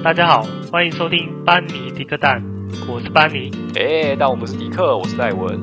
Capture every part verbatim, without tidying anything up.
大家好，欢迎收听班尼迪克蛋，我是班尼。 哎、欸，但我不是迪克，我是戴文。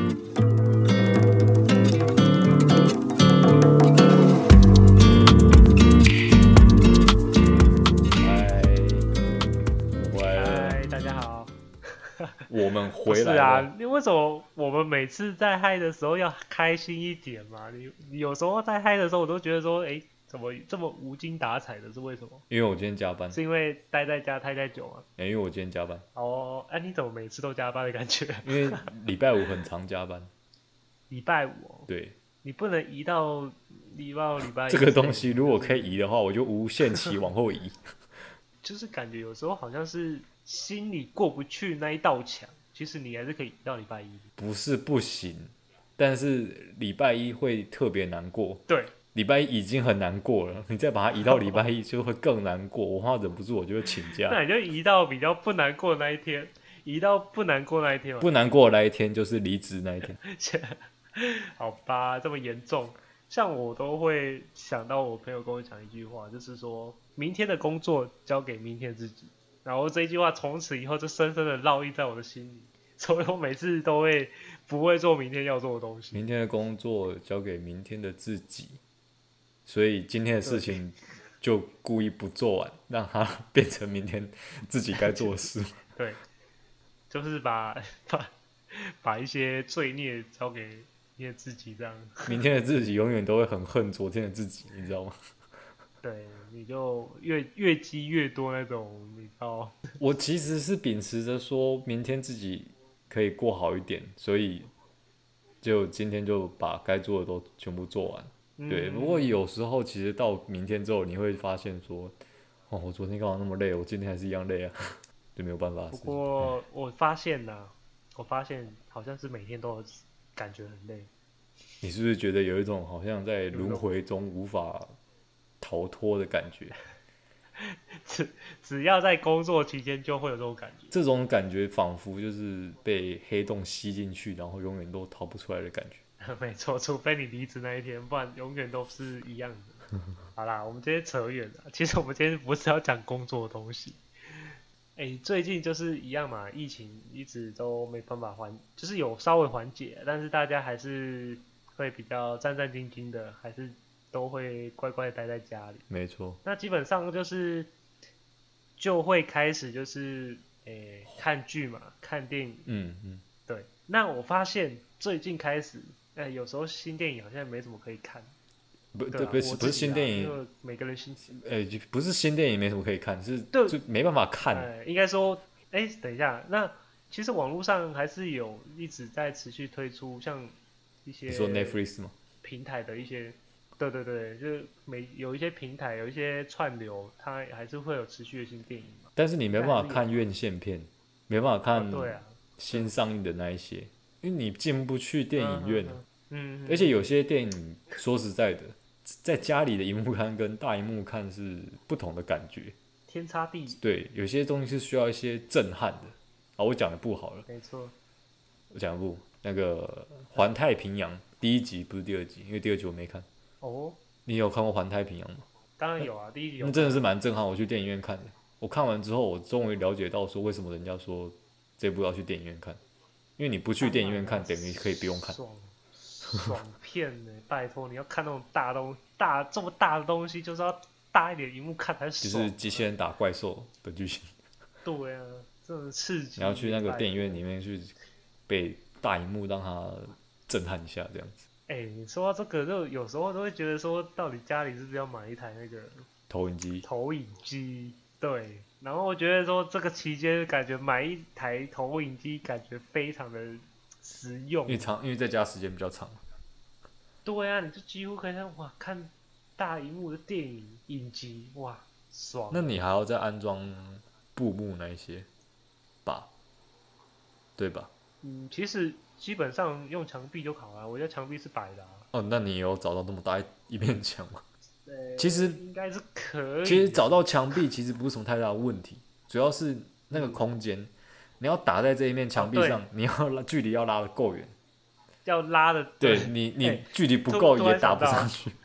嗨，大家好。 我们回来了。 是啊，你为什么我们每次在嗨的时候要开心一点嘛？你你有时候在嗨的时候，我都觉得说，哎、欸，怎么这么无精打采的？是为什么？ 因为我今天加班。 是因为待在家待太久吗？ 欸、因为我今天加班。 哦，哎、啊，你怎么每次都加班的感觉？ 因为礼拜五很常加班。 礼拜五、哦？ 对。 你不能移到移到礼拜一。 这个东西如果可以移的话，我就无限期往后移。 就是感觉有时候好像是心里过不去那一道墙，其实你还是可以移到礼拜一。 不是不行，但是礼拜一会特别难过。 对， 礼拜一已经很难过了，你再把它移到礼拜一就会更难过。我怕忍不住，我就会请假。 那你就移到比较不难过的那一天，移到不难过那一天嘛。 不难过的那一天就是离职那一天。 好吧，这么严重。像我都会想到我朋友跟我讲一句话，就是说明天的工作交给明天自己。然后这一句话从此以后就深深的烙印在我的心里，所以我每次都会不会做明天要做的东西。 明天的工作交给明天的自己，所以今天的事情就故意不做完，让它变成明天自己该做的事。 对，就是把把把一些罪孽交给明天的自己，这样。 明天的自己永远都会很恨昨天的自己，你知道吗？ 对，你就越越积越多那种，你知道。 我其实是秉持着说明天自己可以过好一点，所以就今天就把该做的都全部做完。嗯、对，不过有时候其实到明天之后，你会发现说，哦，我昨天干嘛那么累，我今天还是一样累啊，就没有办法。 不过我发现呐、啊，我发现好像是每天都有感觉很累。 你是不是觉得有一种好像在轮回中无法逃脱的感觉？ 只只要在工作期间就会有这种感觉。 这种感觉仿佛就是被黑洞吸进去，然后永远都逃不出来的感觉。 没错，除非你离职那一天，不然永远都是一样的。好啦，我们今天扯远了。其实我们今天不是要讲工作的东西。哎，最近就是一样嘛，疫情一直都没办法缓，就是有稍微缓解，但是大家还是会比较战战兢兢的，还是都会乖乖的待在家里。 没错。 那基本上就是就会开始就是诶看剧嘛，看电影。 嗯嗯。 对。那我发现最近开始，哎，有时候新电影好像没什么可以看。 不对、啊、 不是不是新电影， 因为每个人新， 哎，不是新电影没什么可以看，是就没办法看。 哎，应该说，哎，等一下，那其实网络上还是有一直在持续推出像一些， 你说 Netflix 吗？ 平台的一些，对对对，就是每有一些平台有一些串流，它还是会有持续的新电影嘛。 但是你没办法看院线片，没办法看新上映的那一些，因为你进不去电影院。 嗯嗯， 而且有些电影说实在的，在家里的萤幕看跟大萤幕看是不同的感觉， 天差地别。 对，有些东西是需要一些震撼的。啊，我讲的不好了。 没错。 我讲的不那个《环太平洋》第一集不是第二集，因为第二集我没看。 哦。 你有看过《环太平洋》吗？ 当然有啊，第一集有。 那真的是蛮震撼，我去电影院看的。我看完之后，我终于了解到说为什么人家说这部要去电影院看，因为你不去电影院看，等于可以不用看。 爽片呢、欸，拜托，你要看那种大东大这么大的东西，就是要大一点荧幕看才爽、啊。 就是机器人打怪兽的剧情。 对啊，真的刺激。 你要去那个电影院里面去被大荧幕让它震撼一下，这样子。 哎、欸，你说到这个，就有时候都会觉得说，到底家里是不是要买一台那个投影机？ 投影机，对。然后我觉得说，这个期间感觉买一台投影机，感觉非常的实用。 因为长，因为在家时间比较长。 对啊，你就几乎可以看哇，看大荧幕的电影影集，哇，爽。 那你还要再安装布幕那一些吧，对吧？ 嗯，其实基本上用墙壁就好了，我家墙壁是白的啊。 哦，那你有找到那么大一面墙吗？其实应该是可以。 其实找到墙壁其实不是什么太大的问题，主要是那个空间，嗯、你要打在这一面墙壁上，哦、你要距离要拉得够远。 要拉的， 对你，你距离不够也打不上去。 突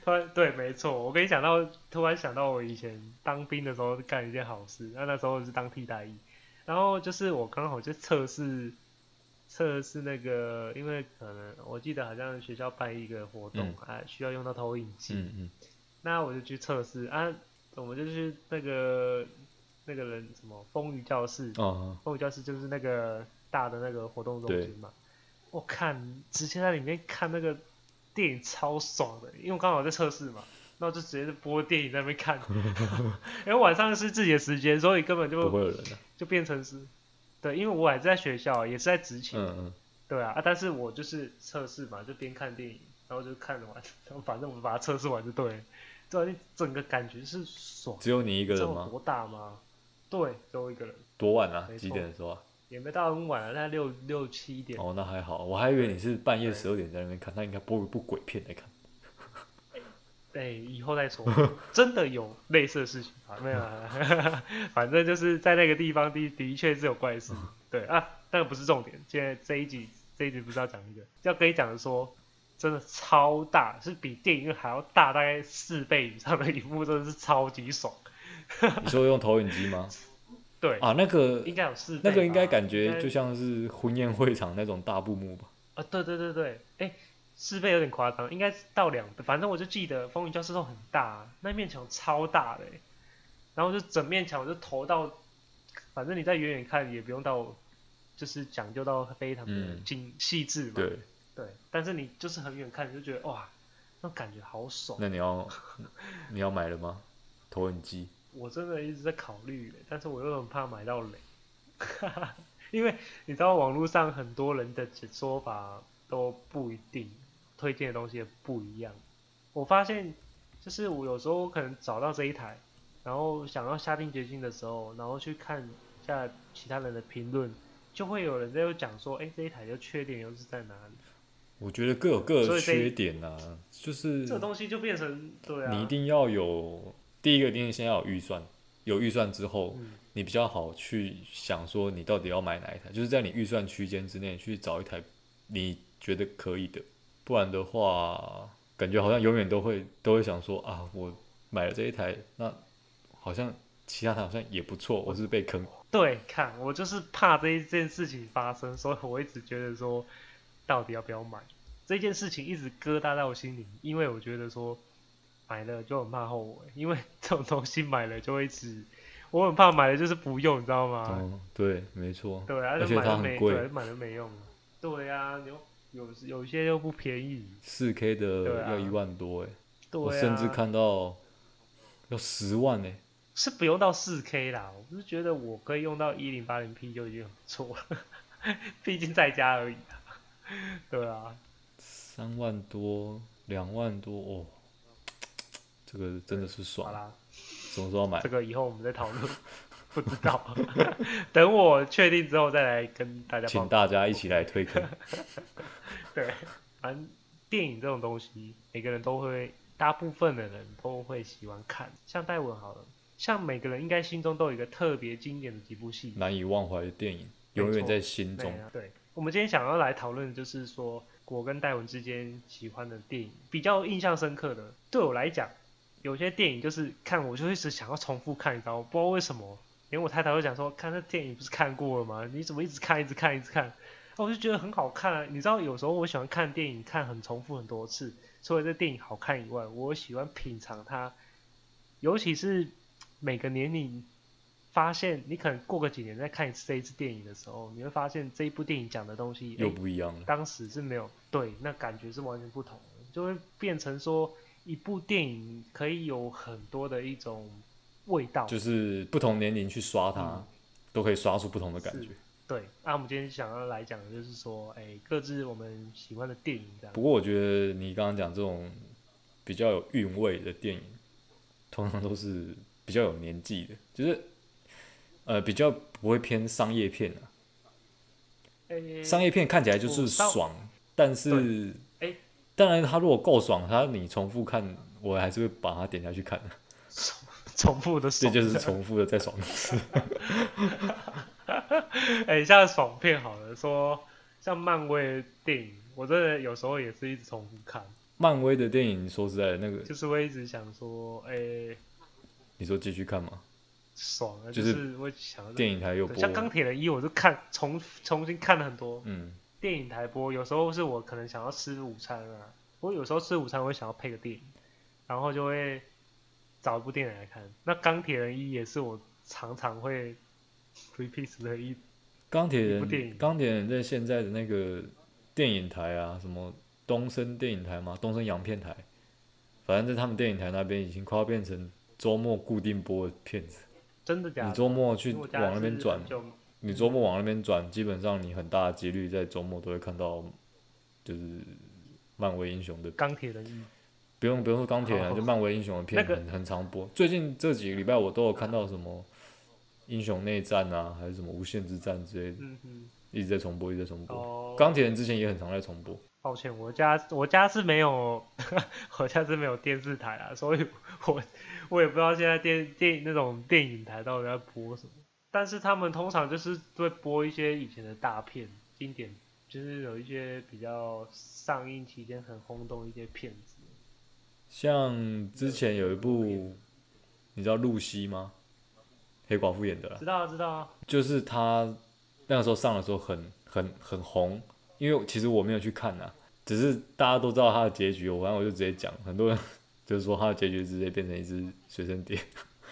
突然对，没错，我跟你讲到，突然想到我以前当兵的时候干一件好事，那那时候是当替代役，然后就是我刚好就测试测试那个，因为可能我记得好像学校办一个活动， 嗯啊，需要用到投影机， 嗯嗯那我就去测试啊，我们就去那个那个人什么风雨教室， 哦风雨教室就是那个大的那个活动中对心嘛，我看直接在里面看那个电影超爽的，因为我刚好在测试嘛，那我就直接播电影在那边看，因为晚上是自己的时间，所以根本不就会有人的、 就变成是，对，因为我还是在学校，也是在执勤， 嗯嗯， 对啊，啊但是我就是测试嘛，就边看电影，然后就看完，然后反正我们把它测试完就对了，对，整个感觉是爽， 只有你一个人吗？ 你知道有多大吗？对，只有一个人， 多晚啊？几没错， 点的时候啊？ 也没到很晚啊，大概六六七点。 哦，那还好，我还以为你是半夜对十二点在那边看，他应该播一部鬼片来看。 对，以后再说。真的有类似的事情啊？没有啊，反正就是在那个地方的的确是有怪事。对啊，那个不是重点。现在这一集这一集不是要讲一个，要跟你讲的说，真的超大，是比电影院还要大大概四倍以上的荧幕，真的是超级爽。 你说用投影机吗？ 对啊，那个应该有四倍吧， 那个应该感应该觉就像是婚宴会场那种大布幕吧？ 啊，对对对对，哎，四倍有点夸张，应该是到两倍，反正我就记得风云教室都很大，那面墙超大的，然后就整面墙我就投到，反正你在远远看也不用到，就是讲究到非常的嗯， 精细致嘛， 对。 对，但是你就是很远看你就觉得哇，那种感觉好爽， 那你要你要买了吗？投影机？ 我真的一直在考虑，但是我又很怕买到雷，因为你知道网络上很多人的说法都不一定，推荐的东西也不一样。我发现，就是我有时候可能找到这一台，然后想要下定决心的时候，然后去看一下其他人的评论，就会有人在讲说，哎，这一台的缺点又是在哪里？ 我觉得各有各的所以这缺点啊，就是这个东西就变成对啊， 你一定要有第一个，一定先要有预算，有预算之后， 嗯， 你比较好去想说你到底要买哪一台，就是在你预算区间之内去找一台你觉得可以的，不然的话，感觉好像永远都会都会想说啊，我买了这一台，那好像其他台好像也不错，我是被坑。 对，看我就是怕这一件事情发生，所以我一直觉得说，到底要不要买这件事情一直疙瘩在我心里，因为我觉得说买了就很怕后悔，因为这种东西买了就会一直，我很怕买了就是不用，你知道吗？ 哦，对，没错， 对啊， 而且就买了它很贵， 没对，买了没用。对啊，有有有些又不便宜。 四 K 的啊， 要一万多哎， 对啊， 我甚至看到要十万哎。 是不用到四 K 啦，我是觉得我可以用到一零八零 P 就已经很不错了，毕竟在家而已啊。对啊， 三万多，两万多哦，这个真的是爽。 好啦， 什么时候买？ 这个以后我们再讨论，不知道，等我确定之后再来跟大家报告。 请大家一起来推坑。 对，反正电影这种东西，每个人都会，大部分的人都会喜欢看。像戴文好了，像每个人应该心中都有一个特别经典的几部戏， 难以忘怀的电影，永远在心中。 对，我们今天想要来讨论的就是说，我跟戴文之间喜欢的电影，比较印象深刻的，对我来讲，有些电影就是看我就一直想要重复看，你知道吗？不知道为什么，连我太太都讲说，看这电影不是看过了吗？你怎么一直看，一直看，一直看？我就觉得很好看啊！你知道，有时候我喜欢看电影，看很重复很多次，除了这电影好看以外，我喜欢品尝它，尤其是每个年龄，发现你可能过个几年再看一次这一次电影的时候，你会发现这一部电影讲的东西又不一样了。 当时是没有对，那感觉是完全不同的，就会变成说一部电影可以有很多的一种味道， 就是不同年龄去刷它，嗯、都可以刷出不同的感觉。 对，那、啊、我们今天想要来讲的就是说，哎，各自我们喜欢的电影这样。 不过我觉得你刚刚讲这种比较有韵味的电影，通常都是比较有年纪的，就是呃比较不会偏商业片啊。商业片看起来就是爽，但是当然它如果够爽，它你重复看，我还是会把它点下去看的。 重复的爽， 这就是重复的再爽一次。 哎、欸，像爽片好了，说像漫威电影，我真的有时候也是一直重复看。 漫威的电影说实在的，那个就是会一直想说，哎、欸， 你说继续看吗？ 爽啊！ 就就是我想电影台有播， 像钢铁人一，我就看重重新看了很多。 嗯， 电影台播，有时候是我可能想要吃午餐啊，我有时候吃午餐我会想要配个电影，然后就会找一部电影来看。那钢铁人一也是我常常会 repeat 的一钢铁一部电影。 人，钢铁人在现在的那个电影台啊，什么东森电影台嘛，东森洋片台，反正在他们电影台那边已经快要变成周末固定播的片子。 真的假的？ 你周末去往那边转，你周末往那边转，基本上你很大的几率在周末都会看到，就是漫威英雄的钢铁人一。 不用不用说钢铁人、啊， 哦、 就漫威英雄的片很、那個、很常播。最近这几个礼拜我都有看到什么英雄内战啊，还是什么无限之战之类的， 嗯嗯， 一直在重播，一直在重播。 钢、哦、铁人之前也很常在重播。 抱歉，我家我家是没有，我家是没有电视台啊，所以我我也不知道现在电电那种电影台到底在播什么。但是他们通常就是会播一些以前的大片，经典，就是有一些比较上映期间很轰动一些片子。 像之前有一部，你知道露西吗？黑寡妇演的啦。 知道啊，知道啊。就是他那个时候上的时候很很很红。因为其实我没有去看呐、啊，只是大家都知道他的结局，我反正我就直接讲，很多人就是说他的结局直接变成一只随身碟。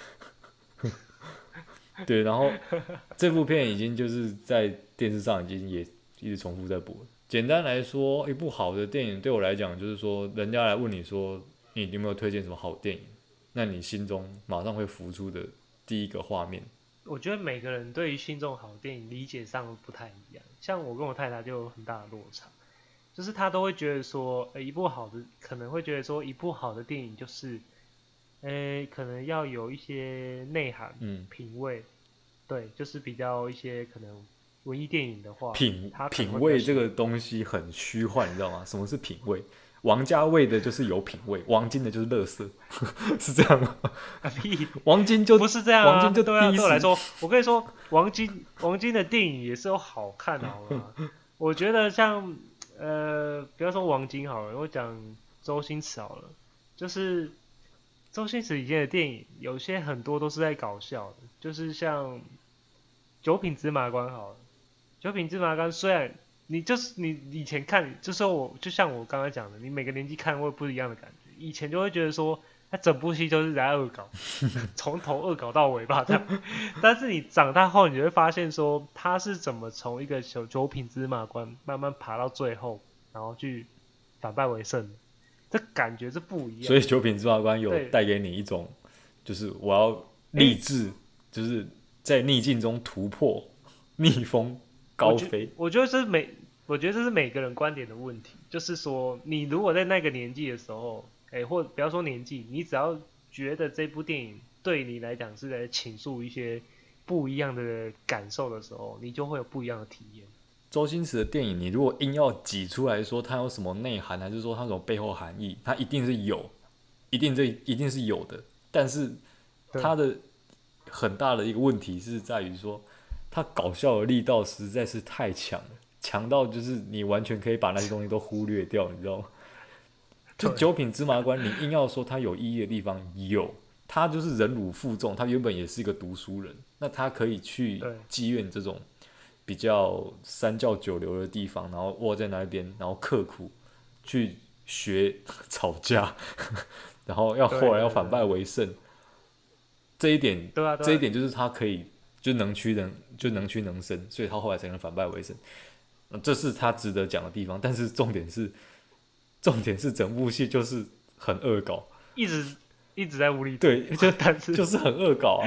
对，然后这部片已经就是在电视上已经也一直重复在播了。简单来说，一部好的电影对我来讲，就是说人家来问你说你有没有推荐什么好电影，那你心中马上会浮出的第一个画面。 我觉得每个人对于心中好的电影理解上不太一样，像我跟我太太就有很大的落差，就是她都会觉得说，呃，一部好的可能会觉得说，一部好的电影就是，呃，可能要有一些内涵、 嗯、 品味，对，就是比较一些可能文艺电影的话， 品品味这个东西很虚幻，你知道吗？什么是品味？王家卫的就是有品味，王晶的就是垃圾，是这样吗？ 啊屁！ 王晶就不是这样啊， 王晶就对啊，对我来说，我跟你说，王晶王晶的电影也是有好看的，好吗？我觉得像呃，不要说王晶好了，我讲周星驰好了，就是周星驰以前的电影，有些很多都是在搞笑的，就是像《九品芝麻官》好了，《九品芝麻官》虽然你就是你以前看，就是我就像我刚才讲的，你每个年纪看会不一样的感觉。以前就会觉得说，他整部戏就是在恶搞，从头恶搞到尾吧这样。但是你长大后，你就会发现说，他是怎么从一个九九品芝麻官慢慢爬到最后，然后去反败为胜，这感觉是不一样。 所以九品芝麻官有带给你一种，就是我要励志，欸、就是在逆境中突破，逆风高飞。 我觉得这是每，我觉得这是每个人观点的问题。就是说，你如果在那个年纪的时候，哎、欸，或不要说年纪，你只要觉得这部电影对你来讲是在倾诉一些不一样的感受的时候，你就会有不一样的体验。 周星驰的电影，你如果硬要挤出来说它有什么内涵，还是说它有什么背后含义，它一定是有，一定这一定是有的。但是它的很大的一个问题是在于说，它搞笑的力道实在是太强了，强到就是你完全可以把那些东西都忽略掉，你知道吗？就九品芝麻官，你硬要说他有意义的地方有，他就是忍辱负重，他原本也是一个读书人，那他可以去妓院这种比较三教九流的地方，然后窝在那边，然后刻苦去学吵架，然后要后来要反败为胜，这一点， 对啊对啊， 这一点就是他可以就能屈能就能屈能伸，所以他后来才能反败为胜，这是他值得讲的地方。但是重点是。重点是整部戏就是很恶搞， 一直一直在无厘头， 对，就但是就是很恶搞啊。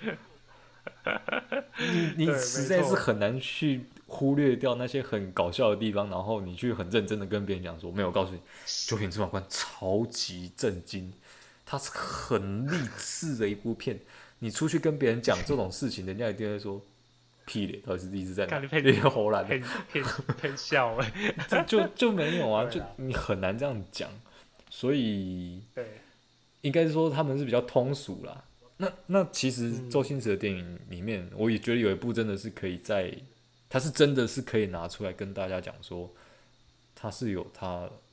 你你实在是很难去忽略掉那些很搞笑的地方，然后你去很认真的跟别人讲说，没有，我告诉你，《九品芝麻官》超级震惊，它是很励志的一部片。你出去跟别人讲这种事情，人家一定会说。屁咧，到底是励志在哪？你胡乱骗骗骗笑哎， 就就没有啊，就你很难这样讲，所以对， 应该是说他们是比较通俗啦。那那其实周星驰的电影里面，嗯、我也觉得有一部真的是可以在，他是真的是可以拿出来跟大家讲说，他是有他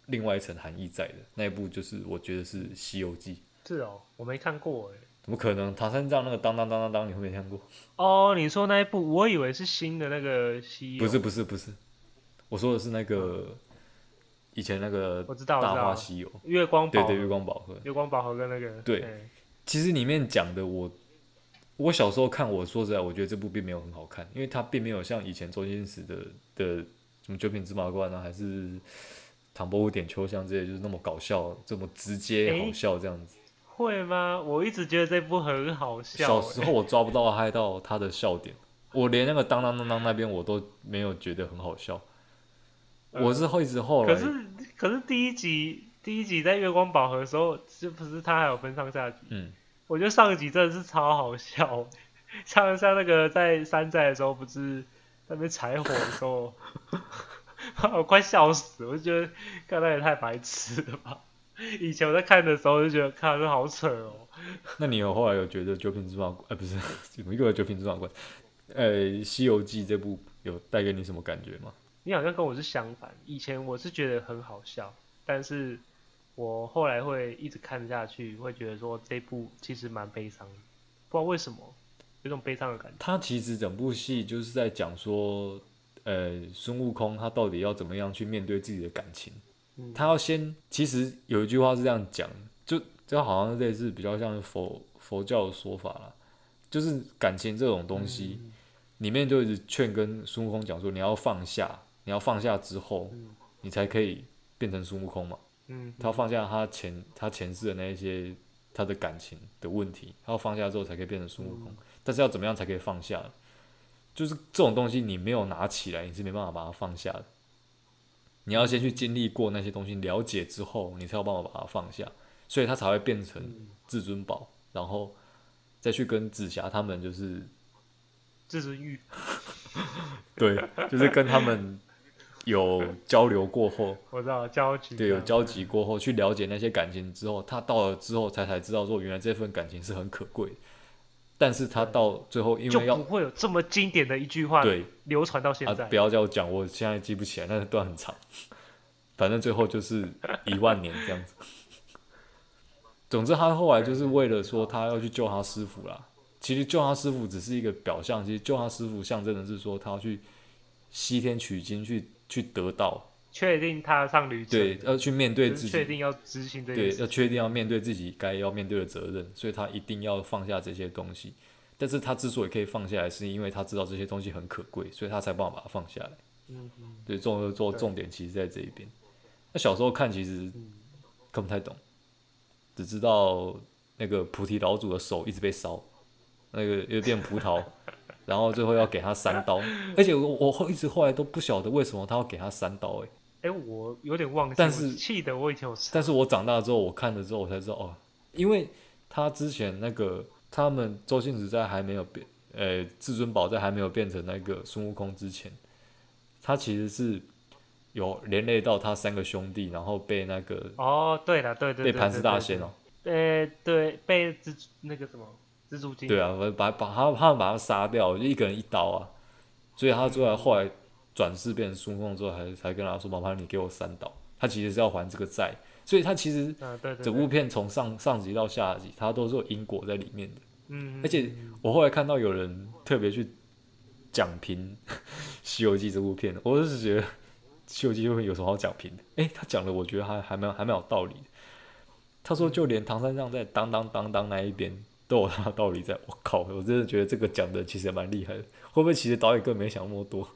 另外一层含义在的。那一部就是我觉得是《西游记》。 是哦，我没看过哎。 怎么可能？唐三藏那个当当当当当，你会没看过？ 哦，你说那一部，我以为是新的那个西游。 不是不是不是，我说的是那个、嗯、以前那个我知道， 《大话西游》， 月光宝盒， 对对，月光宝盒， 月光宝盒跟那个， 对，欸、其实里面讲的我，我小时候看，我说实在，我觉得这部并没有很好看，因为它并没有像以前周星驰的的什么九品芝麻官啊，还是唐伯虎点秋香这些，就是那么搞笑，这么直接好笑这样子。 欸会吗？我一直觉得这部很好笑。 小时候我抓不到嗨到他的笑点，我连那个当当当当那边我都没有觉得很好笑。呃、我是后一直后来， 可是可是第一集第一集在月光宝盒的时候，是不是他还有分上下集？嗯，我觉得上一集真的是超好笑，像像那个在山寨的时候，不是在那边柴火的时候，我快笑死，我就觉得看他也太白痴了吧。以前我在看的时候就觉得看这好扯哦。 那你有后来有觉得九品芝麻官，呃不是，怎么又有九品芝麻官？呃，《西游记》这部有带给你什么感觉吗？ 你好像跟我是相反，以前我是觉得很好笑，但是我后来会一直看下去，会觉得说这部其实蛮悲伤的，不知道为什么有种悲伤的感觉。 他其实整部戏就是在讲说，呃，孙悟空他到底要怎么样去面对自己的感情。他要先，其实有一句话是这样讲，就就好像类似比较像佛佛教的说法啦，就是感情这种东西，嗯、里面就一直劝跟孙悟空讲说，你要放下，你要放下之后，嗯、你才可以变成孙悟空嘛。嗯、他要放下他前他前世的那一些他的感情的问题，他要放下之后才可以变成孙悟空。嗯、但是要怎么样才可以放下？就是这种东西你没有拿起来，你是没办法把它放下的。你要先去经历过那些东西，了解之后，你才有办法把它放下，所以它才会变成至尊宝，然后再去跟紫霞他们就是至尊玉， 对，就是跟他们有交流过后， 我知道交集， 对，有交集过后，去了解那些感情之后，他到了之后才才知道说，原来这份感情是很可贵的。但是他到最后，因为要就不会有这么经典的一句话对流传到现在。 啊、不要叫我讲，我现在记不起来，那段很长。反正最后就是一万年这样子。总之，他后来就是为了说他要去救他师傅啦。其实救他师傅只是一个表象，其实救他师傅象征的是说他要去西天取经，去去得道。 确定他上旅程， 对，要去面对自己， 确定要执行这件事， 对，要确定要面对自己该要面对的责任，所以他一定要放下这些东西。但是他之所以可以放下来，是因为他知道这些东西很可贵，所以他才帮我把它放下来。嗯嗯，对，重做重点其实在这一边。那小时候看其实看不太懂，只知道那个菩提老祖的手一直被烧，那个又变葡萄。然后最后要给他三刀，而且我我一直后来都不晓得为什么他要给他三刀、欸， 哎，我有点忘记， 但是气得我以前有， 但是我长大之后我看了之后我才知道哦，因为他之前那个他们周星驰在还没有变，呃，至尊宝在还没有变成那个孙悟空之前，他其实是有连累到他三个兄弟，然后被那个哦，对了，对 对, 对, 对， 被盘丝大仙哦， 呃，对，被蜘那个什么。蜘蛛精对啊，把把他他们把他杀掉，就一个人一刀啊，所以他最后后来转世变成孙悟空之后，还才跟他说：“麻烦你给我三刀。”他其实是要还这个债，所以他其实整部片从上上集到下集，他都是有因果在里面的。嗯，而且我后来看到有人特别去讲评《西游记》这部片，我就是觉得《西游记》会有什么好讲评的？哎，他讲的我觉得还还蛮还蛮有道理的。他说，就连唐三藏在当当当当那一边。都有他的道理在，我靠！我真的觉得这个讲的其实也蛮厉害的。会不会其实导演根本没想那么多？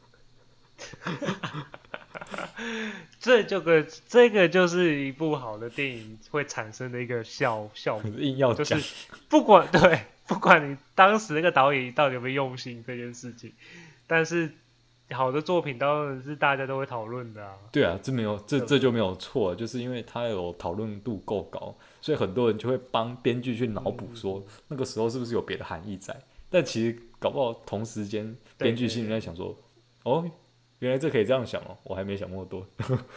这就个这个就是一部好的电影会产生的一个效效果， 硬要讲， 就是不管对，不管你当时那个导演到底有没有用心这件事情，但是好的作品当然是大家都会讨论的啊。 对啊，这没有这这就没有错，就是因为它有讨论度够高。所以很多人就会帮编剧去脑补说，那个时候是不是有别的含义在？但其实搞不好同时间编剧心里在想说，哦，原来这可以这样想哦，我还没想那么多。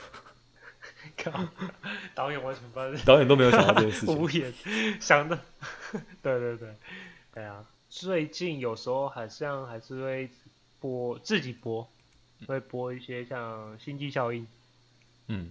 导演完全不知道， 导演都没有想到这件事情。 无言想的，对对对，对啊。最近有时候好像还是会播自己播，会播一些像《星际效应》。 嗯，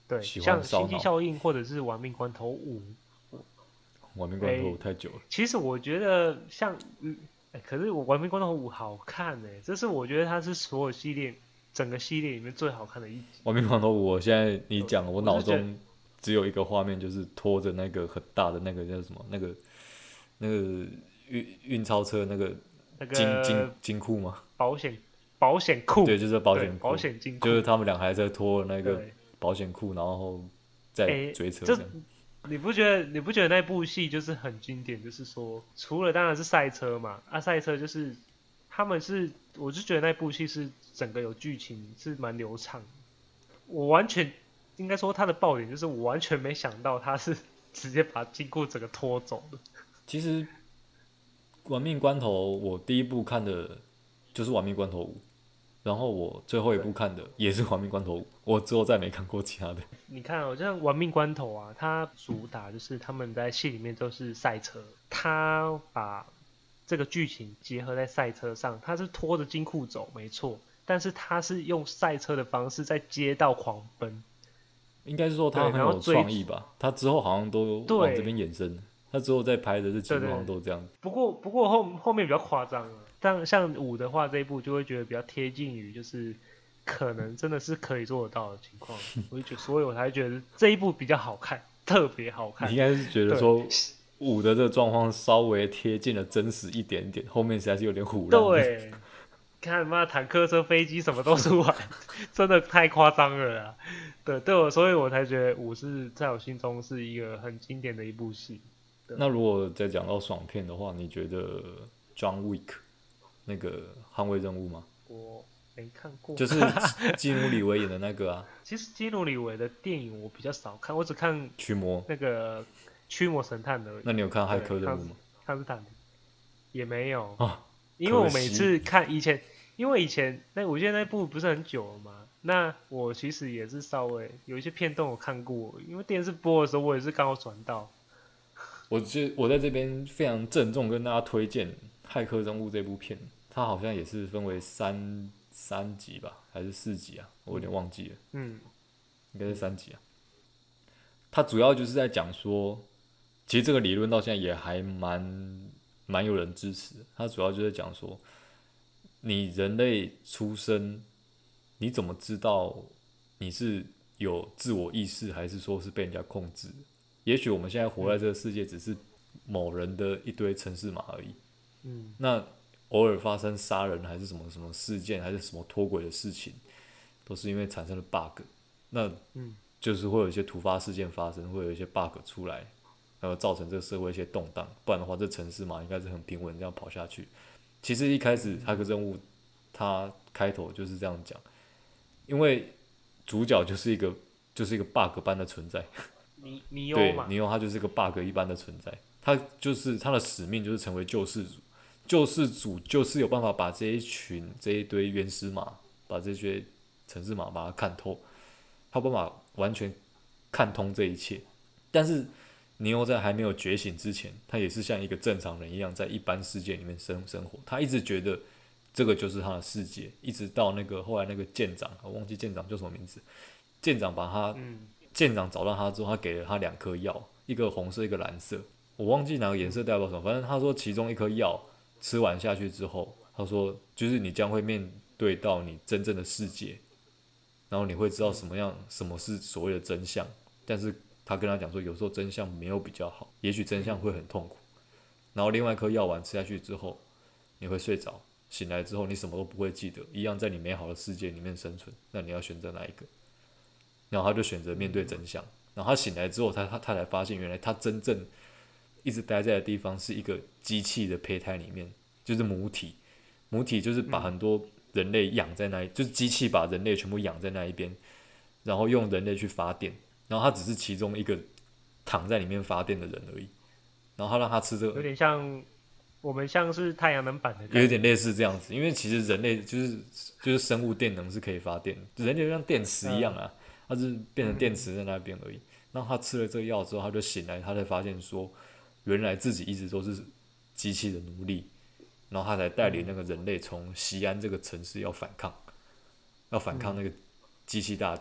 对， 喜欢像烧脑。 星际效应或者是玩命关头五， 玩命关头五太久了。 其实我觉得像，嗯，欸、可是我玩命关头五好看哎、欸，这是我觉得它是所有系列整个系列里面最好看的一集。 玩命关头五，我现在你讲，我我是觉得脑中只有一个画面，就是拖着那个很大的那个叫什么，那个那个运运钞车那个那金金个金库吗？ 保险保险库， 对，就是保对， 险库， 保险金库， 就是他们俩还在拖那个对， 保险库，然后再哎、 追车这这样。 你不觉得你不觉得那部戏就是很经典？就是说，除了当然是赛车嘛，啊，赛车就是他们是，我就觉得那部戏是整个有剧情是蛮流畅的。我完全应该说他的爆点就是我完全没想到他是直接把金库整个拖走的。 其实玩命关头，我第一部看的就是玩命关头五，然后我最后一部看的也是玩命关头五，我之后再没看过其他的。 你看哦，像玩命关头啊，它主打就是他们在戏里面都是赛车，他把这个剧情结合在赛车上，他是拖着金库走，没错，但是他是用赛车的方式在街道狂奔。 应该是说他对， 很有然后追创意吧，他之后好像都往这边对延伸，他之后在拍的这几对对， 部好像都这样。 不过不过后后面比较夸张了，但像五的话这一部就会觉得比较贴近于就是可能真的是可以做得到的情况，我就觉得所以我才觉得这一部比较好看，特别好看。 你应该是觉得说五的这个状况稍微贴近了真实一点点，后面实在是有点唬烂。 对，看妈坦克车、飞机什么都出来，真的太夸张了啦。对，对我，所以我才觉得五是在我心中是一个很经典的一部戏。 那如果再讲到爽片的话，你觉得 John Wick 那个捍卫任务吗？ 我没看过， 就是基努里维演的那个啊。 其实基努里维的电影我比较少看，我只看驱魔那个驱魔神探的而已。 那你有看骇客任务吗？ 康斯坦丁也没有啊， 因为我每次看以前，因为以前那我记得那部不是很久了嘛，那我其实也是稍微有一些片段我看过，因为电视播的时候我也是刚好转到。 我就我在这边非常郑重跟大家推荐《骇客任务》这部片，它好像也是分为三三集吧，还是四集啊？我有点忘记了。 嗯， 应该是三集啊。它主要就是在讲说，其实这个理论到现在也还蛮蛮有人支持的。它主要就是讲说，你人类出生，你怎么知道你是有自我意识，还是说是被人家控制的？也许我们现在活在这个世界，只是某人的一堆程式码而已。 嗯， 那偶尔发生杀人还是什么什么事件，还是什么脱轨的事情，都是因为产生了 bug。那就是会有一些突发事件发生，会有一些 bug 出来，然后造成这个社会一些动荡。不然的话，这程式码应该是很平稳这样跑下去。其实一开始骇客任务，它开头就是这样讲，因为主角就是一个就是一个 bug 般的存在。 尼尼欧对， 嘛， 尼欧他就是个 bug 一般的存在，他就是他的使命就是成为救世主，救世主就是有办法把这一群这一堆原始码，把这些程式码把它看透，他有办法完全看通这一切。但是尼欧在还没有觉醒之前，他也是像一个正常人一样，在一般世界里面生生活，他一直觉得这个就是他的世界，一直到那个后来那个舰长，我忘记舰长叫什么名字，舰长把他。 嗯舰长找到他之后，他给了他两颗药，一个红色，一个蓝色，我忘记哪个颜色代表什么。反正他说其中一颗药吃完下去之后，他说就是你将会面对到你真正的世界，然后你会知道什么样什么是所谓的真相。但是他跟他讲说，有时候真相没有比较好，也许真相会很痛苦。然后另外一颗药丸吃下去之后，你会睡着，醒来之后你什么都不会记得，一样在你美好的世界里面生存。那你要选择哪一个？然后他就选择面对真相。然后他醒来之后，他他他才发现，原来他真正一直待在的地方是一个机器的胚胎里面，就是母体。母体就是把很多人类养在那里，就是机器把人类全部养在那一边，然后用人类去发电。然后他只是其中一个躺在里面发电的人而已。然后他让他吃这个， 有点像我们像是太阳能板的感觉， 有点类似这样子。因为其实人类就是就是生物电能是可以发电，人类就像电池一样啊。嗯，他是变成电池在那边而已。然后他吃了这个药之后，他就醒来，他才发现说，原来自己一直都是机器的奴隶。然后他才带领那个人类从西安这个城市要反抗，要反抗那个机器大军。然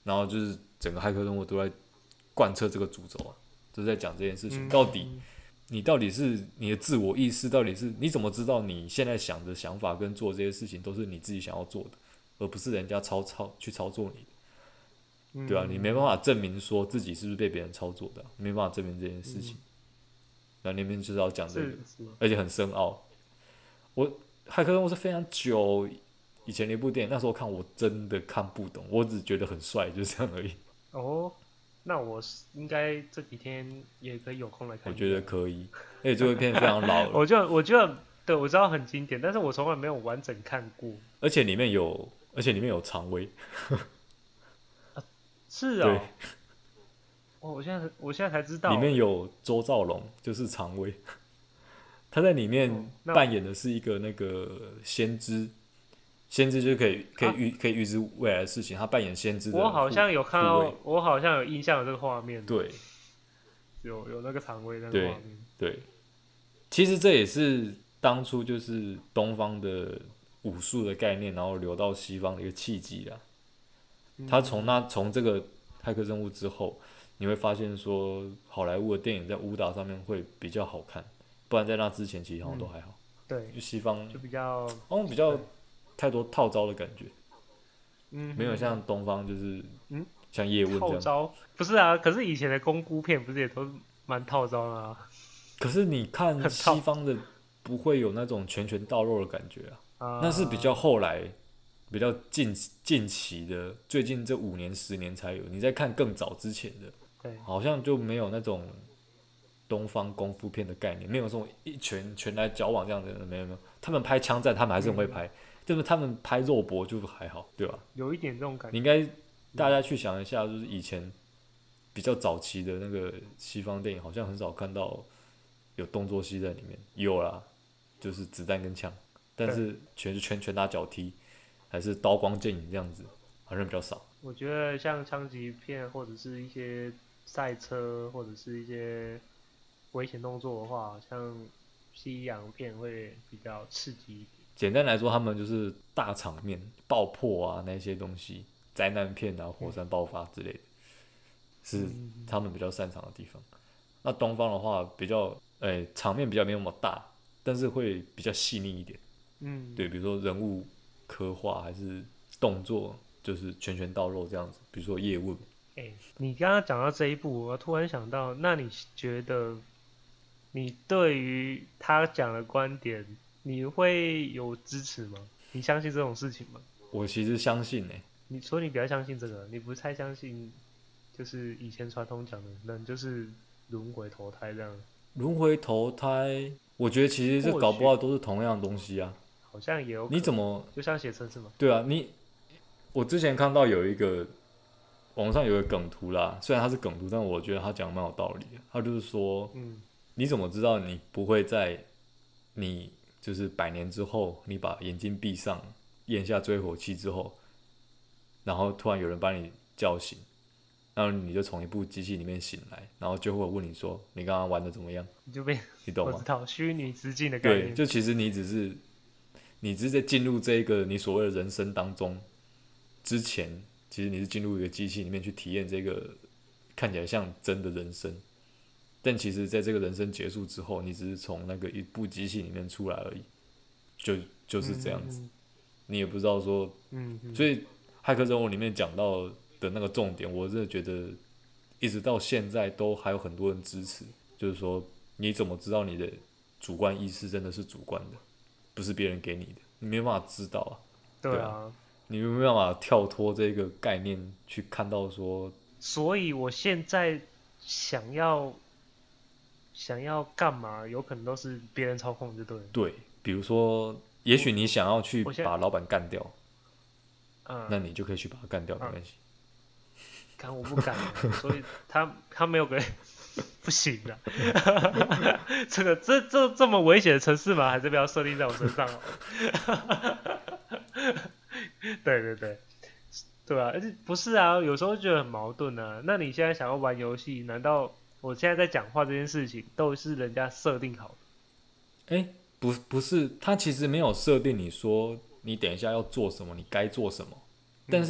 然后就是整个骇客任务都在贯彻这个主轴啊，就是在讲这件事情， 嗯到底你到底是你的自我意识，到底是你怎么知道你现在想的想法跟做这些事情都是你自己想要做的，而不是人家操操去操作你的，对啊，你没办法证明说自己是不是被别人操作的、啊，你没办法证明这件事情。那、嗯、那边就是要讲这个，而且很深奥。我骇客任务是非常久以前的一部电影，那时候看我真的看不懂，我只觉得很帅，就这样而已。 哦，那我应该这几天也可以有空来看。 我觉得可以，而且这部片非常老了。 我就我觉得，对，我知道很经典，但是我从来没有完整看过。 而且里面有，而且里面有常威。 啊、是哦。哦，我现在我现在才知道， 里面有周兆龙，就是常威。他在里面扮演的是一个那个先知，先知就可以可以预、啊、可以预知未来的事情。他扮演先知的， 我好像有看到，我好像有印象有这个画面。 对， 有有那个常威那个画面。 对，对，其实这也是当初就是东方的武术的概念，然后流到西方的一个契机啦。嗯、他从那从这个骇客任务之后，你会发现说，好莱坞的电影在武打上面会比较好看。不然在那之前其实好像都还好，嗯、 对， 就西方就比较， 好像比较太多套招的感觉， 嗯， 没有像东方就是，嗯，像叶问这样。 套招不是啊，可是以前的功夫片不是也都蛮套招的啊？ 可是你看西方的不会有那种拳拳到肉的感觉啊，啊那是比较后来，比较近近期的，最近这五年十年才有。你在看更早之前的， 对， 好像就没有那种。东方功夫片的概念，没有这种一拳拳来脚往这样子的，没有没有。他们拍枪战，他们还是很会拍，嗯、就是他们拍肉搏就还好，对吧？ 有一点这种感觉。 你应该大家去想一下，就是以前比较早期的那个西方电影，好像很少看到有动作戏在里面。有啦，就是子弹跟枪，但是全是拳拳打脚踢，还是刀光剑影这样子，好像比较少。 我觉得像枪击片或者是一些赛车或者是一些危险动作的话，像西洋片会比较刺激一点。 简单来说，他们就是大场面、爆破啊那些东西，灾难片啊、火山爆发之类的，是他们比较擅长的地方。那东方的话，比较诶、欸、场面比较没有那么大，但是会比较细腻一点。嗯，对，比如说人物刻画还是动作，就是拳拳到肉这样子。比如说叶问。 哎、欸，你刚刚讲到这一步，我突然想到，那你觉得？你对于他讲的观点，你会有支持吗？你相信这种事情吗？ 我其实相信诶、欸。 你所以你比较相信这个，你不太相信，就是以前传统讲的人就是轮回投胎这样。 轮回投胎，我觉得其实这搞不好都是同样的东西啊。 好像也有可能。 你怎么就像写程式吗？ 对啊，你我之前看到有一个网上有一个梗图啦，虽然它是梗图，但我觉得他讲的蛮有道理的。他就是说，嗯。你怎么知道你不会在你就是百年之后，你把眼睛闭上，咽下追火气之后，然后突然有人把你叫醒，然后你就从一部机器里面醒来，然后就会问你说你刚刚玩的怎么样？ 你就被你懂吗？ 我知道虚拟实境的概念。 对，就其实你只是你只是在进入这一个你所谓的人生当中之前，其实你是进入一个机器里面去体验这个看起来像真的人生。但其实，在这个人生结束之后，你只是从那个一部机器里面出来而已，就就是这样子。嗯、你也不知道说，嗯嗯、所以骇客任务里面讲到的那个重点，我真的觉得一直到现在都还有很多人支持。就是说，你怎么知道你的主观意识真的是主观的，不是别人给你的？你没办法知道啊。 对啊，对啊你没办法跳脱这个概念去看到说。 所以我现在想要。想要干嘛，有可能都是别人操控就对了。 对，比如说，也许你想要去把老板干掉， 嗯， 那你就可以去把他干掉，没关系。 干、嗯、我不敢，所以他他没有给，不行的。这个这这这么危险的程式码，还是不要设定在我身上哦。对对对，对啊，而且不是啊，有时候觉得很矛盾啊。那你现在想要玩游戏，难道？我现在在讲话这件事情都是人家设定好的。 哎、欸，不不是，他其实没有设定你说你等一下要做什么，你该做什么。但是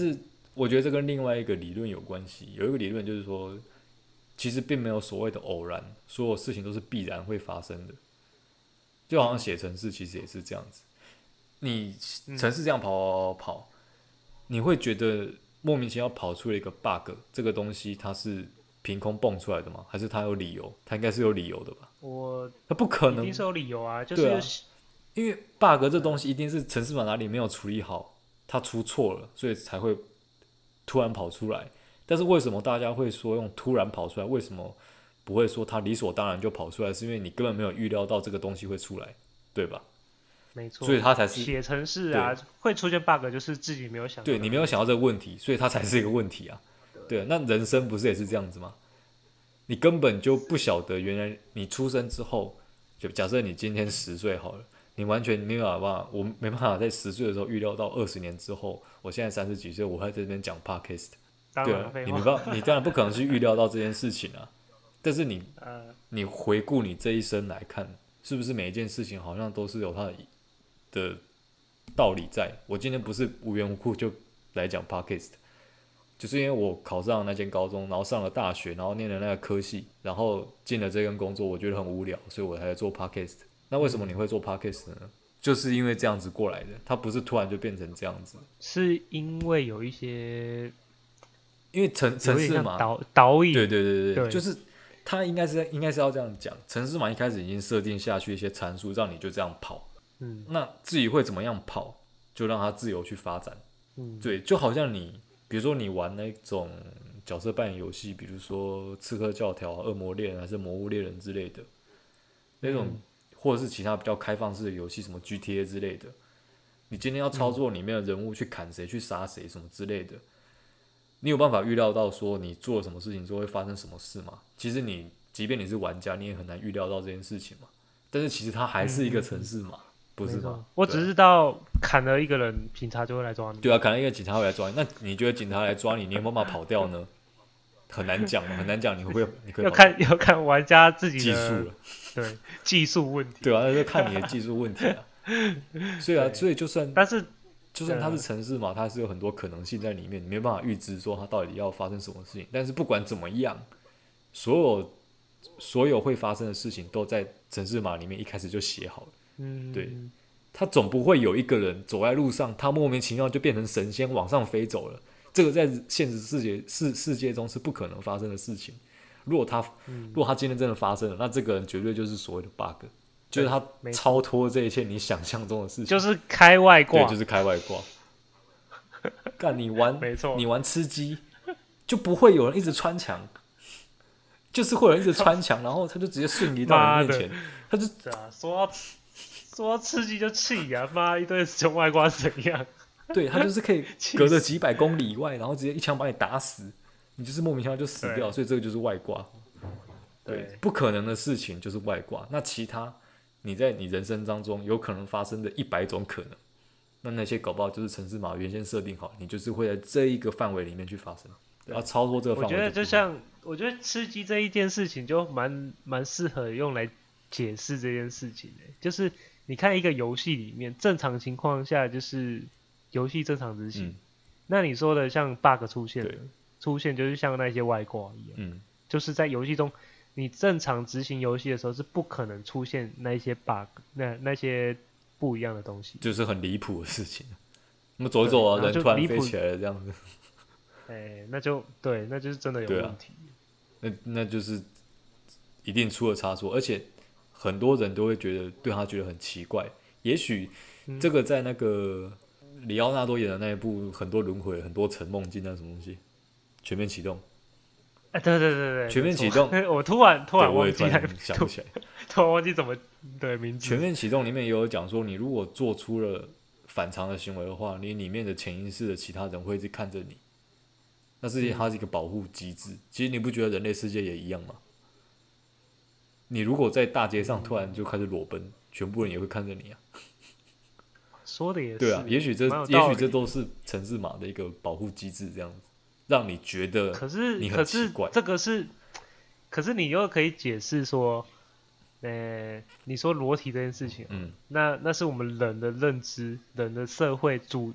我觉得这跟另外一个理论有关系。有一个理论就是说，其实并没有所谓的偶然，所有事情都是必然会发生的。就好像写程式其实也是这样子，你程式这样跑跑跑跑，你会觉得莫名其妙跑出了一个 bug， 这个东西它是凭空蹦出来的吗？还是它有理由？它应该是有理由的吧？ 我它不可能， 一定是有理由啊，就是、 啊、因为 bug 这东西一定是程式码哪里没有处理好，它出错了，所以才会突然跑出来。但是为什么大家会说用突然跑出来？为什么不会说它理所当然就跑出来？是因为你根本没有预料到这个东西会出来，对吧？ 没错， 所以它才是写程式啊，会出现 bug， 就是自己没有想到。 对，你没有想到这个问题，所以它才是一个问题啊。对，那人生不是也是这样子吗？你根本就不晓得，原来你出生之后，就假设你今天十岁好了，你完全没有办法，我没办法在十岁的时候预料到二十年之后，我现在三十几岁，我还在这边讲 podcast。对啊，你没办法，你当然不可能去预料到这件事情啊。但是你，你回顾你这一生来看，是不是每一件事情好像都是有它的的道理在？我今天不是无缘无故就来讲 podcast， 就是因为我考上了那间高中，然后上了大学，然后念了那个科系，然后进了这份工作，我觉得很无聊，所以我才来做 podcast。那为什么你会做 podcast 呢？嗯、就是因为这样子过来的，它不是突然就变成这样子， 是因为有一些。 因为程程式码导导引， 对对对 对, 对， 就是它应该是应该是要这样讲，程式码一开始已经设定下去一些参数，让你就这样跑，嗯，那至于会怎么样跑，就让它自由去发展，嗯，对，就好像你比如说你玩那种角色扮演游戏，比如说刺客教条、恶魔猎人还是魔物猎人之类的那种、嗯，或者是其他比较开放式的游戏，什么 G T A 之类的，你今天要操作里面的人物去砍谁、去杀谁什么之类的。你有办法预料到说你做了什么事情之后会发生什么事吗？其实你即便你是玩家，你也很难预料到这件事情嘛。但是其实它还是一个程式嘛，嗯、不是吗？ 我只知道砍了一个人，警察就会来抓你。 对啊，砍了一个警察会来抓你。那你觉得警察来抓你，你有没有办法跑掉呢？很难讲，很难讲，你会不会？你可以要看要看玩家自己的技术了， 对技术问题。 对啊，那就看你的技术问题啊。所以啊，所以就算但是。 就算它是程式嘛，它是有很多可能性在里面，你没办法预知说它到底要发生什么事情。但是不管怎么样，所有所有会发生的事情都在程式码里面一开始就写好了。嗯，对，他总不会有一个人走在路上，他莫名其妙就变成神仙往上飞走了。这个在现实世界世世界中是不可能发生的事情。如果他、嗯、如果他今天真的发生了，那这个人绝对就是所谓的 bug。就是他超脱这一切你想象中的事情， 就是开外挂， 对，就是开外挂。干你玩， 没错， 你玩吃鸡，就不会有人一直穿墙，就是会有人一直穿墙，然后他就直接瞬移到你面前，他就啊，说到说到吃鸡就气啊，妈一堆熊外挂怎样？ 对他就是可以隔着几百公里以外，然后直接一枪把你打死，你就是莫名其妙就死掉，所以这个就是外挂。对，对不可能的事情就是外挂。那其他你在你人生当中有可能发生的一百种可能，那那些搞不好就是程式码原先设定好，你就是会在这一个范围里面去发生，要超过这个范围。 我觉得就像，我觉得吃鸡这一件事情就蛮蛮适合用来解释这件事情的，就是你看一个游戏里面，正常情况下就是游戏正常执行，嗯、那你说的像 bug 出现了，出现就是像那些外挂一样，嗯、就是在游戏中。你正常执行游戏的时候是不可能出现那些 bug， 那那些不一样的东西， 就是很离谱的事情。那么走一走啊，人突然飞起来了这样子， 哎、欸，那就对，那就是真的有问题。 啊、那那就是一定出了差错，而且很多人都会觉得对他觉得很奇怪。也许这个在那个里奥纳多演的那一部很多轮回、很多层梦境那什么东西，全面启动。 哎，对对对对， 全面启动， 我突然突然忘记， 突然想不起来， 突然忘记怎么对名字。 全面启动里面也有讲说，你如果做出了反常的行为的话，你里面的潜意识的其他人会一直看着你，那是它是一个保护机制。嗯、其实你不觉得人类世界也一样吗？你如果在大街上突然就开始裸奔，嗯、全部人也会看着你啊。 说的也是， 对啊，也许这也许这都是程式码的一个保护机制，这样子。让你觉得可是你很奇怪， 可是这个是，可是你又可以解释说，呃，你说裸体这件事情，嗯，那那是我们人的认知，人的社会主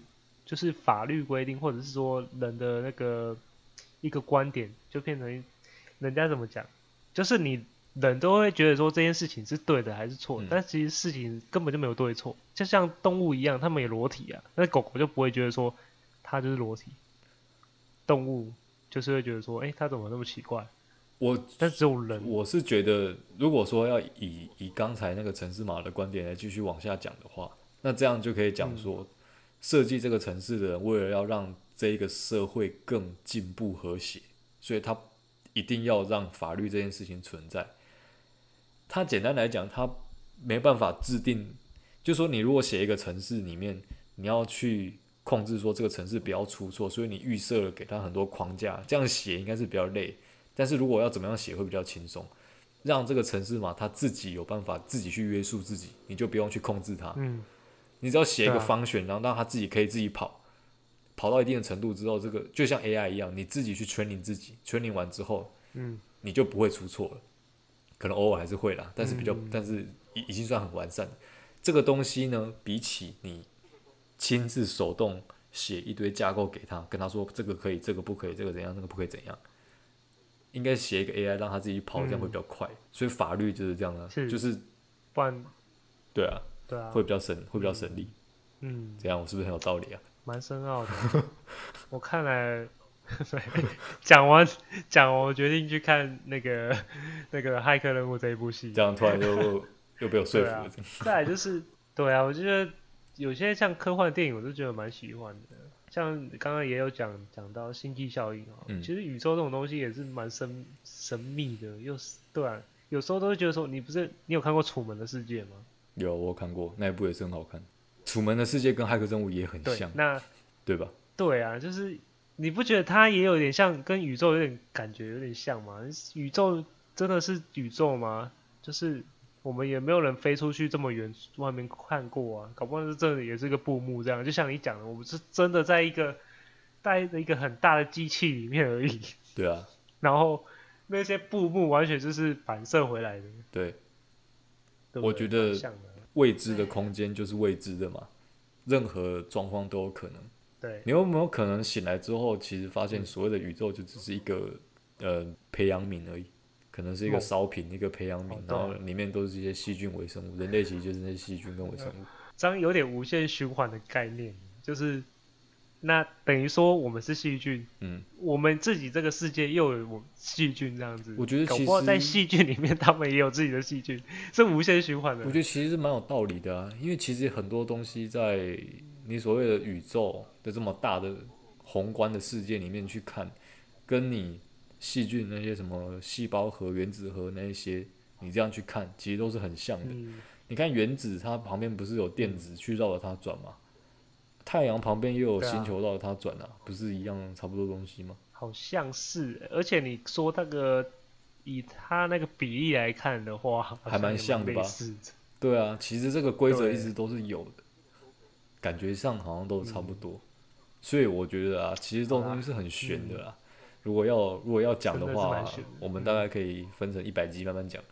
就是法律规定，或者是说人的那个一个观点，就变成人家怎么讲，就是你人都会觉得说这件事情是对的还是错的， 嗯但其实事情根本就没有对错，就像动物一样，它们也裸体啊，那狗狗就不会觉得说它就是裸体，动物就是会觉得说，哎、它怎么那么奇怪？ 我但只有人， 我是觉得，如果说要以以刚才那个城市码的观点来继续往下讲的话，那这样就可以讲说，设计这个城市的人为了要让这一个社会更进步和谐，所以他一定要让法律这件事情存在。他简单来讲，他没办法制定，就说你如果写一个城市里面，你要去控制说这个城市不要出错，所以你预设了给他很多框架，这样写应该是比较累。但是如果要怎么样写会比较轻松，让这个城市嘛，他自己有办法自己去约束自己，你就不用去控制它。 嗯， 你只要写一个对啊方选，然后让他自己可以自己跑，跑到一定的程度之后，这个就像 A I 一样，你自己去 training 自己，training 完之后， 嗯你就不会出错了。可能偶尔还是会啦，但是比较， 嗯但是已已经算很完善。这个东西呢，比起你亲自手动写一堆架构给他，跟他说这个可以，这个不可以，这个怎样，那个不可以怎样，应该写一个 A I 让他自己跑，这样会比较快。所以法律就是这样的， 是就是不然对啊， 对啊， 会比较省，会比较省力。 嗯， 这样我是不是很有道理啊？ 蛮深奥的。我看来，讲完讲完，我决定去看那个那个《骇客任务》这一部戏。 这样突然就又被我说服了。 对啊，再来就是对啊，我觉得有些像科幻电影，我都觉得蛮喜欢的。像刚刚也有讲讲到星际效应啊， 嗯其实宇宙这种东西也是蛮神神秘的，又是对啊，有时候都会觉得说，你不是你有看过《楚门的世界》吗？ 有我有看过那一部也是很好看，《楚门的世界》跟《骇客任务》也很对， 像， 那对吧？ 对啊，就是你不觉得它也有点像跟宇宙有点感觉有点像吗？宇宙真的是宇宙吗？就是我们也没有人飞出去这么远外面看过啊，搞不好是真的也是个布幕这样，就像你讲的，我们是真的在一个带着一个很大的机器里面而已， 对啊， 然后那些布幕完全就是反射回来的， 对， 对不对我觉得蛮像的， 未知的空间就是未知的嘛，任何状况都有可能。 对， 你有没有可能醒来之后，其实发现所谓的宇宙就只是一个呃培养皿而已，可能是一个烧瓶，一个培养皿， 哦对啊然后里面都是一些细菌微生物，人类其实就是那些细菌跟微生物。 这样有点无限循环的概念，就是那等于说我们是细菌， 嗯， 我们自己这个世界又有我细菌这样子， 我觉得其搞不好在实细菌里面他们也有自己的细菌，是无限循环的。 我觉得其实是蛮有道理的啊，因为其实很多东西在你所谓的宇宙的这么大的宏观的世界里面去看，跟你细菌那些什么细胞核、原子核那一些，你这样去看，其实都是很像的。 嗯， 你看原子，它旁边不是有电子去绕着它转吗？太阳旁边又有对啊星球绕着它转啊，不是一样差不多东西吗？ 好像是，而且你说那个以它那个比例来看的话，好还蛮也像的吧类似的对啊，其实这个规则对一直都是有的，感觉上好像都差不嗯多。所以我觉得啊，其实这种东西是很悬的啦。如果要如果要讲的真的是话蛮悬的， 我们大概可以分成一百集慢慢讲。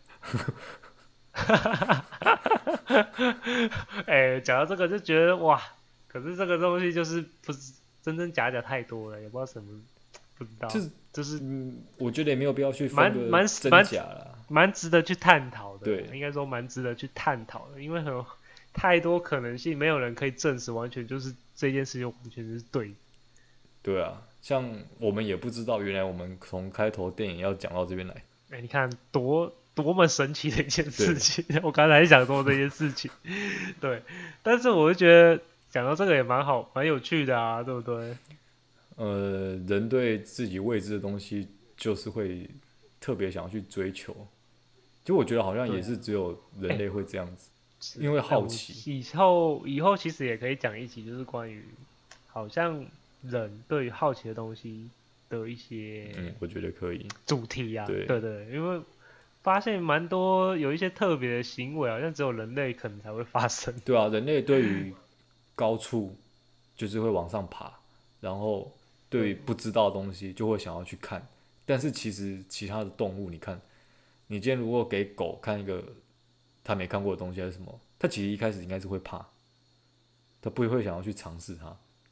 哎，讲到这个就觉得哇，可是这个东西就是不是真真假假太多了，也不知道什么，不知道， 就是就是嗯，我觉得也没有必要去蛮分个蛮真蛮假啦。 蛮值得去探讨的， 对应该说蛮值得去探讨的，因为很有太多可能性，没有人可以证实完全就是这件事情完全是对的。 对啊，像我们也不知道，原来我们从开头电影要讲到这边来。 哎，你看多多么神奇的一件事情，我刚才想说这件事情，对，但是我就觉得讲到这个也蛮好，蛮有趣的啊，对不对？ 呃，人对自己未知的东西，就是会特别想要去追求。就我觉得好像也是只有人类会这样子，因为好奇。 以后以后其实也可以讲一集，就是关于好像人对于好奇的东西的一些嗯，我觉得可以。 主题啊， 对对对，因为发现蛮多有一些特别的行为，好像只有人类可能才会发生。 对啊，人类对于高处就是会往上爬，然后对于不知道的东西就会想要去看。但是其实其他的动物，你看，你今天如果给狗看一个它没看过的东西还是什么，它其实一开始应该是会怕，它不会想要去尝试它。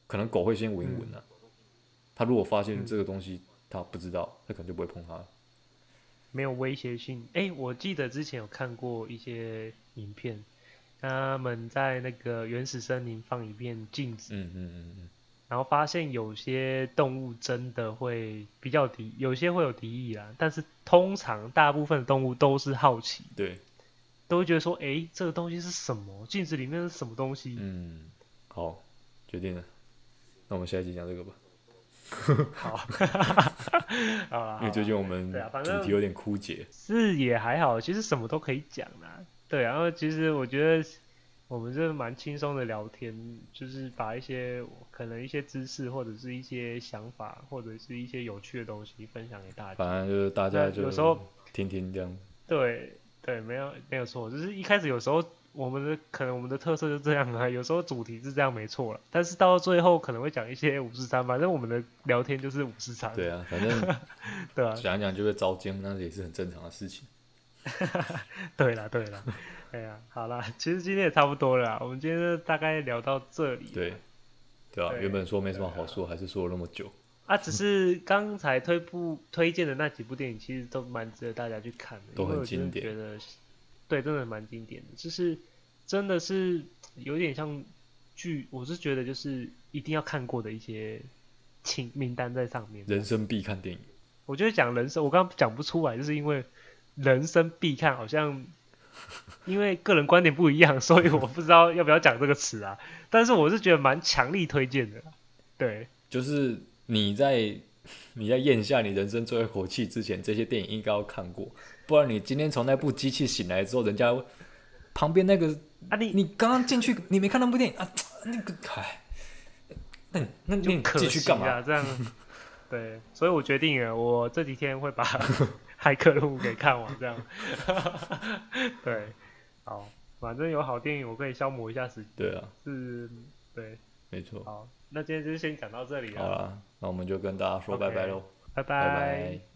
可能狗会先闻一闻啊，它如果发现嗯这个东西它不知道，它可能就不会碰它了。 没有威胁性。哎，我记得之前有看过一些影片，他们在那个原始森林放一片镜子， 嗯嗯嗯嗯， 然后发现有些动物真的会比较敌，有些会有敌意啦，但是通常大部分的动物都是好奇， 对， 都会觉得说，哎，这个东西是什么？镜子里面是什么东西？ 嗯，好，决定了，那我们下一集讲这个吧。 好，好啦， 因为最近我对啊， 们反正主题有点枯竭。 是也还好，其实什么都可以讲啦。对啊，然后其实我觉得我们这蛮轻松的聊天，就是把一些可能一些知识或者是一些想法或者是一些有趣的东西分享给大家。 反正就是大家就有时候听听这样。 对对，没有没有错，就是一开始有时候我们的可能我们的特色就这样啊，有时候主题是这样没错了，但是到最后可能会讲一些五四三，反正我们的聊天就是五四三。 对啊，反正对啊， 讲一讲就会遭奸，那也是很正常的事情。 对了对了，哎呀，好啦，其实今天也差不多了啦，我们今天就大概聊到这里。 对，对啊， 对原本说没什么好说，还是说了那么久。 啊，只是刚才推部推荐的那几部电影，其实都蛮值得大家去看的， 都因为我真很经典。 的觉得，对，真的蛮经典的，就是真的是有点像剧，我是觉得就是一定要看过的一些清名单在上面。 人生必看电影。 我觉得讲人生，我刚刚讲不出来，就是因为人生必看，好像因为个人观点不一样，所以我不知道要不要讲这个词啊。但是我是觉得蛮强力推荐的啦，对。 就是你在你在咽下你人生最后一口气之前，这些电影应该要看过，不然你今天从那部机器醒来之后，人家旁边那个啊你你刚刚进去，你没看那部电影啊？那个哎，那你那你你就可继续干嘛？ 惜啊，这样对，所以我决定了，我这几天会把骇客任务给看完，这样对，好，反正有好电影，我可以消磨一下时间， 对啊， 是，对， 没错。 好，那今天就先讲到这里了， 好啦，那我们就跟大家说拜拜喽， 拜拜拜。